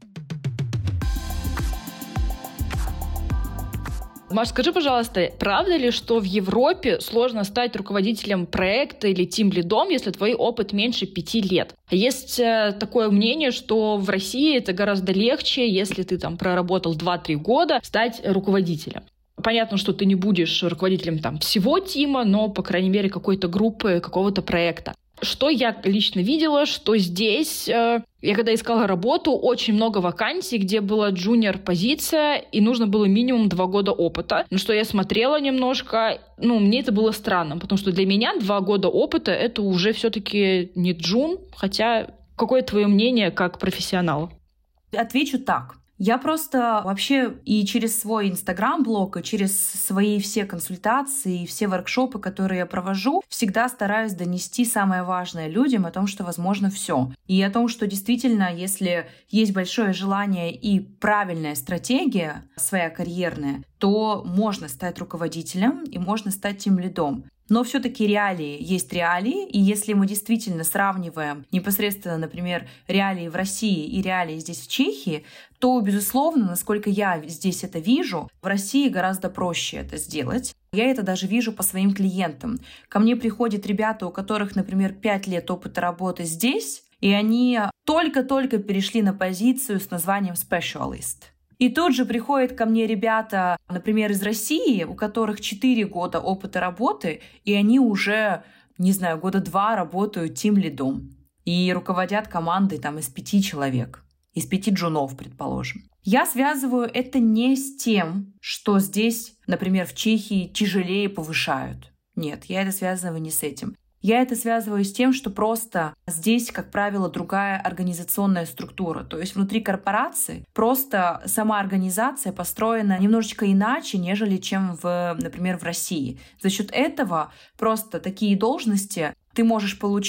Маш, скажи, пожалуйста, правда ли, что в Европе сложно стать руководителем проекта или тимлидом, если твой опыт меньше 5 лет? Есть такое мнение, что в России это гораздо легче, если ты там проработал 2-3 года, стать руководителем. Понятно, что ты не будешь руководителем там всего тима, но, по крайней мере, какой-то группы, какого-то проекта. Что я лично видела, что здесь, я когда искала работу, очень много вакансий, где была джуниор-позиция, и нужно было минимум 2 года опыта. На что я смотрела немножко, мне это было странно, потому что для меня 2 года опыта — это уже все-таки не джун, хотя какое твое мнение как профессионала? Отвечу так. Я просто вообще и через свой Инстаграм-блог, и через свои все консультации, и все воркшопы, которые я провожу, всегда стараюсь донести самое важное людям о том, что возможно все. И о том, что действительно, если есть большое желание и правильная стратегия своя карьерная, то можно стать руководителем и можно стать тимлидом. Но все-таки реалии есть реалии, и если мы действительно сравниваем непосредственно, например, реалии в России и реалии здесь в Чехии, то, безусловно, насколько я здесь это вижу, в России гораздо проще это сделать. Я это даже вижу по своим клиентам. Ко мне приходят ребята, у которых, например, 5 лет опыта работы здесь, и они только-только перешли на позицию с названием specialist. И тут же приходят ко мне ребята, например, из России, у которых 4 года опыта работы, и они уже, 2 года работают тимлидом и руководят командой из 5 человек, из 5 джунов, предположим. Я связываю это не с тем, что здесь, например, в Чехии тяжелее повышают. Нет, я это связываю не с этим. Я это связываю с тем, что просто здесь, как правило, другая организационная структура. То есть внутри корпорации просто сама организация построена немножечко иначе, нежели чем, например, в России. За счет этого просто такие должности ты можешь получить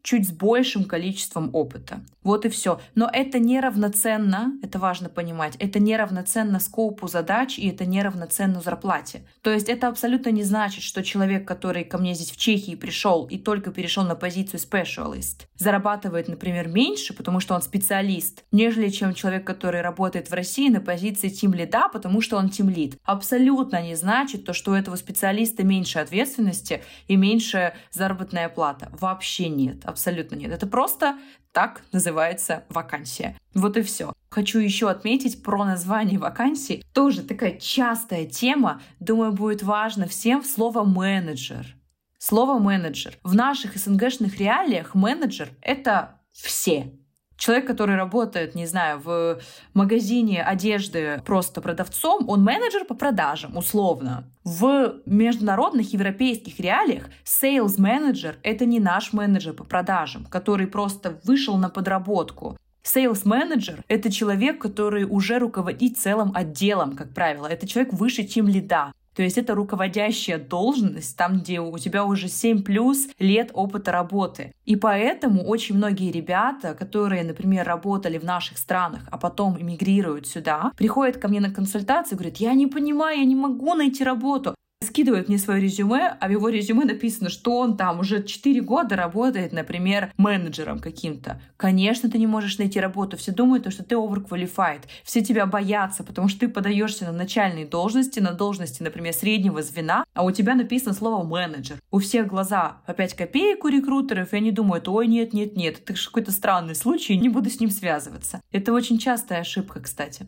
чуть с большим количеством опыта. Вот и все. Но это неравноценно, это важно понимать, это неравноценно скопу задач, и это неравноценно зарплате. То есть это абсолютно не значит, что человек, который ко мне здесь в Чехии пришел и только перешел на позицию specialist, зарабатывает, например, меньше, потому что он специалист, нежели чем человек, который работает в России на позиции тимлида, потому что он тимлид. Абсолютно не значит то, что у этого специалиста меньше ответственности и меньше заработная плата. Вообще нет, абсолютно нет. Это просто так называется вакансия. Вот и все. Хочу еще отметить про название вакансий. Тоже такая частая тема. Думаю, будет важно всем слово «менеджер». Слово «менеджер». В наших СНГшных реалиях менеджер — это все. Человек, который работает, не знаю, в магазине одежды просто продавцом, он менеджер по продажам, условно. В международных европейских реалиях sales manager — это не наш менеджер по продажам, который просто вышел на подработку. Sales manager — это человек, который уже руководит целым отделом, как правило. Это человек выше тимлида. То есть это руководящая должность, там, где у тебя уже 7+ лет опыта работы. И поэтому очень многие ребята, которые, например, работали в наших странах, а потом эмигрируют сюда, приходят ко мне на консультацию и говорят: я не понимаю, я не могу найти работу. Скидывает мне свое резюме, а в его резюме написано, что он там уже 4 года работает, например, менеджером каким-то. Конечно, ты не можешь найти работу. Все думают, что ты overqualified. Все тебя боятся, потому что ты подаешься на начальные должности, на должности, например, среднего звена, а у тебя написано слово менеджер. У всех глаза по 5 копеек у рекрутеров, и они думают: ой, нет, это же какой-то странный случай, не буду с ним связываться. Это очень частая ошибка, кстати.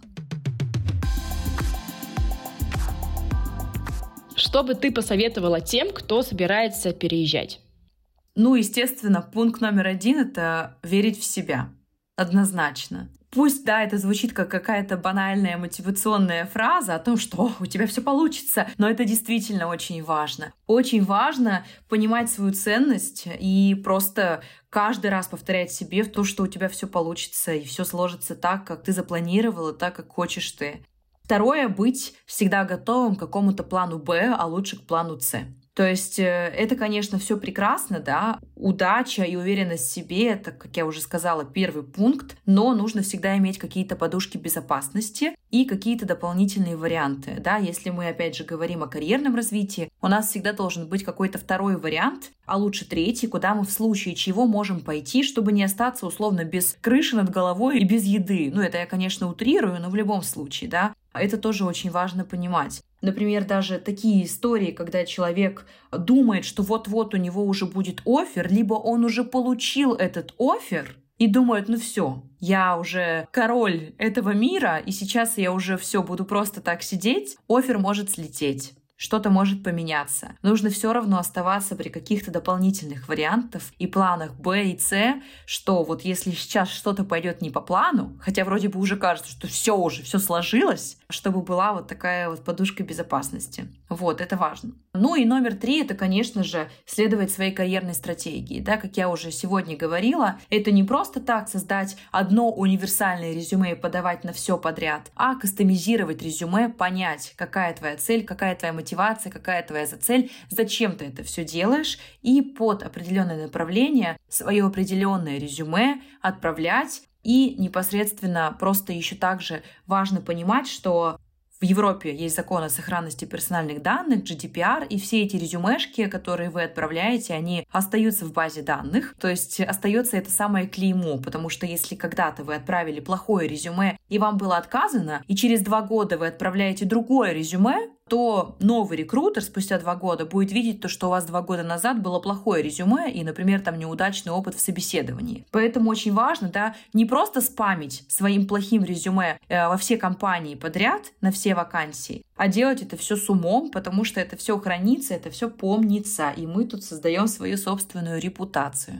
Что бы ты посоветовала тем, кто собирается переезжать? Естественно, пункт номер 1 — это верить в себя. Однозначно. Пусть, да, это звучит как какая-то банальная мотивационная фраза о том, что у тебя все получится, но это действительно очень важно. Очень важно понимать свою ценность и просто каждый раз повторять себе в то, что у тебя все получится и все сложится так, как ты запланировала, так, как хочешь ты. Второе — быть всегда готовым к какому-то плану Б, а лучше к плану С. То есть это, конечно, все прекрасно, да, удача и уверенность в себе — это, как я уже сказала, первый пункт, но нужно всегда иметь какие-то подушки безопасности и какие-то дополнительные варианты, да, если мы, опять же, говорим о карьерном развитии, у нас всегда должен быть какой-то второй вариант, а лучше третий, куда мы в случае чего можем пойти, чтобы не остаться условно без крыши над головой и без еды. Это я, конечно, утрирую, но в любом случае, да, это тоже очень важно понимать. Например, даже такие истории, когда человек думает, что вот-вот у него уже будет оффер, либо он уже получил этот оффер и думает: все, я уже король этого мира, и сейчас я уже все буду просто так сидеть, оффер может слететь. Что-то может поменяться. Нужно все равно оставаться при каких-то дополнительных вариантах и планах Б и С, что вот если сейчас что-то пойдет не по плану, хотя вроде бы уже кажется, что все сложилось, чтобы была вот такая вот подушка безопасности. Вот, это важно. И номер 3 — это, конечно же, следовать своей карьерной стратегии. Да, как я уже сегодня говорила, это не просто так создать одно универсальное резюме и подавать на все подряд, а кастомизировать резюме, понять, какая твоя цель, какая твоя мотивация, какая твоя цель, зачем ты это все делаешь, и под определенное направление свое определенное резюме отправлять. И непосредственно просто еще также важно понимать, что в Европе есть закон о сохранности персональных данных, GDPR, и все эти резюмешки, которые вы отправляете, они остаются в базе данных, то есть остается это самое клеймо, потому что если когда-то вы отправили плохое резюме и вам было отказано, и через 2 года вы отправляете другое резюме, то новый рекрутер спустя 2 года будет видеть то, что у вас 2 года назад было плохое резюме и, например, там неудачный опыт в собеседовании. Поэтому очень важно, да, не просто спамить своим плохим резюме во все компании подряд, на все вакансии, а делать это все с умом, потому что это все хранится, это все помнится, и мы тут создаем свою собственную репутацию.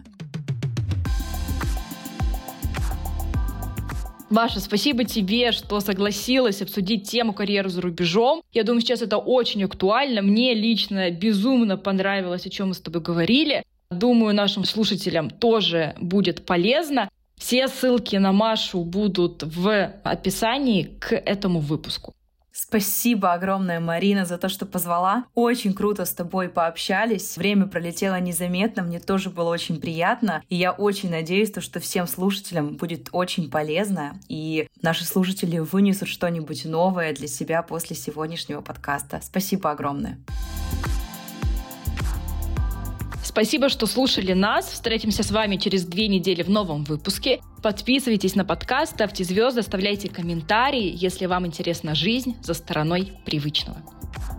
Маша, спасибо тебе, что согласилась обсудить тему карьеры за рубежом. Я думаю, сейчас это очень актуально. Мне лично безумно понравилось, о чем мы с тобой говорили. Думаю, нашим слушателям тоже будет полезно. Все ссылки на Машу будут в описании к этому выпуску. Спасибо огромное, Марина, за то, что позвала. Очень круто с тобой пообщались. Время пролетело незаметно, мне тоже было очень приятно. И я очень надеюсь, что всем слушателям будет очень полезно, и наши слушатели вынесут что-нибудь новое для себя после сегодняшнего подкаста. Спасибо огромное. Спасибо, что слушали нас. Встретимся с вами через 2 недели в новом выпуске. Подписывайтесь на подкаст, ставьте звезды, оставляйте комментарии, если вам интересна жизнь за стороной привычного.